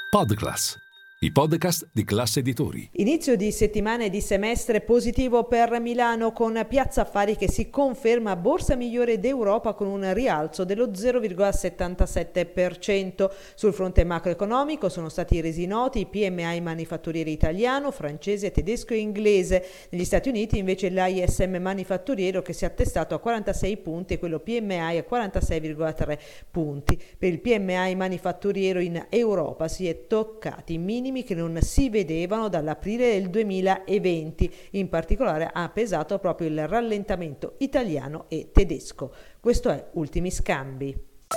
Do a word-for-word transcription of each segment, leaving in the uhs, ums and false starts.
Podclass, i podcast di Class Editori. Inizio di settimana e di semestre positivo per Milano, con Piazza Affari che si conferma borsa migliore d'Europa con un rialzo dello zero virgola settantasette per cento. Sul fronte macroeconomico sono stati resi noti i P M I manifatturieri italiano, francese, tedesco e inglese. Negli Stati Uniti invece l'I S M manifatturiero che si è attestato a quarantasei punti e quello P M I a quarantasei virgola tre punti. Per il P M I manifatturiero in Europa si è toccati i minimi che non si vedevano dall'aprile del duemilaventi. In particolare ha pesato proprio il rallentamento italiano e tedesco. Questo è Ultimi Scambi.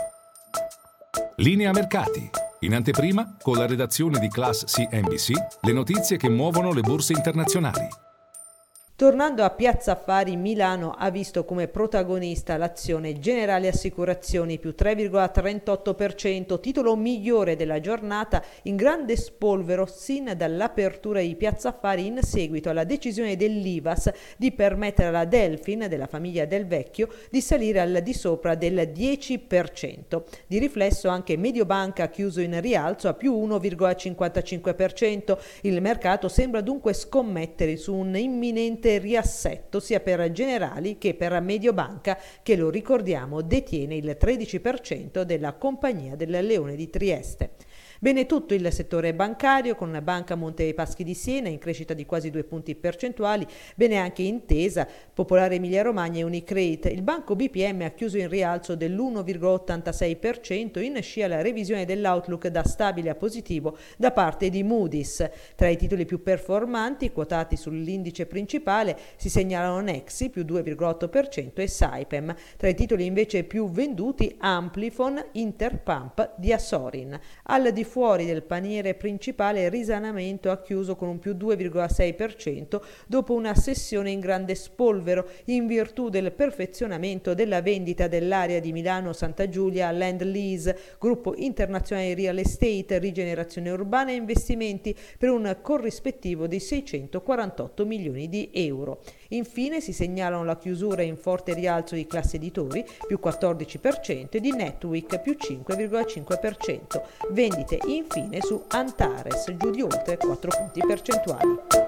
Linea mercati. In anteprima, con la redazione di Class C N B C, le notizie che muovono le borse internazionali. Tornando a Piazza Affari, Milano ha visto come protagonista l'azione Generali Assicurazioni più tre virgola trentotto per cento, titolo migliore della giornata, in grande spolvero sin dall'apertura di Piazza Affari in seguito alla decisione dell'I V A S di permettere alla Delfin, della famiglia Del Vecchio, di salire al di sopra del dieci per cento. Di riflesso anche Mediobanca ha chiuso in rialzo a più uno virgola cinquantacinque per cento. Il mercato sembra dunque scommettere su un imminente riassetto sia per Generali che per Mediobanca, che, lo ricordiamo, detiene il tredici per cento della Compagnia del Leone di Trieste. Bene tutto il settore bancario, con Banca Monte dei Paschi di Siena in crescita di quasi due punti percentuali, bene anche Intesa, Popolare Emilia Romagna e Unicredit. Il banco B P M ha chiuso in rialzo dell'uno virgola ottantasei per cento in scia alla revisione dell'outlook da stabile a positivo da parte di Moody's. Tra i titoli più performanti quotati sull'indice principale si segnalano Nexi più due virgola otto per cento e Saipem. Tra i titoli invece più venduti Amplifon, Interpump, Diasorin. Al di fuori del paniere principale Risanamento ha chiuso con un più due virgola sei per cento dopo una sessione in grande spolvero in virtù del perfezionamento della vendita dell'area di Milano Santa Giulia a Land Lease, gruppo internazionale di real estate, rigenerazione urbana e investimenti, per un corrispettivo di seicentoquarantotto milioni di euro. Infine si segnalano la chiusura in forte rialzo di Class Editori più quattordici per cento e di Netweek più cinque virgola cinque per cento. Vendite infine su Antares giù di oltre quattro punti percentuali.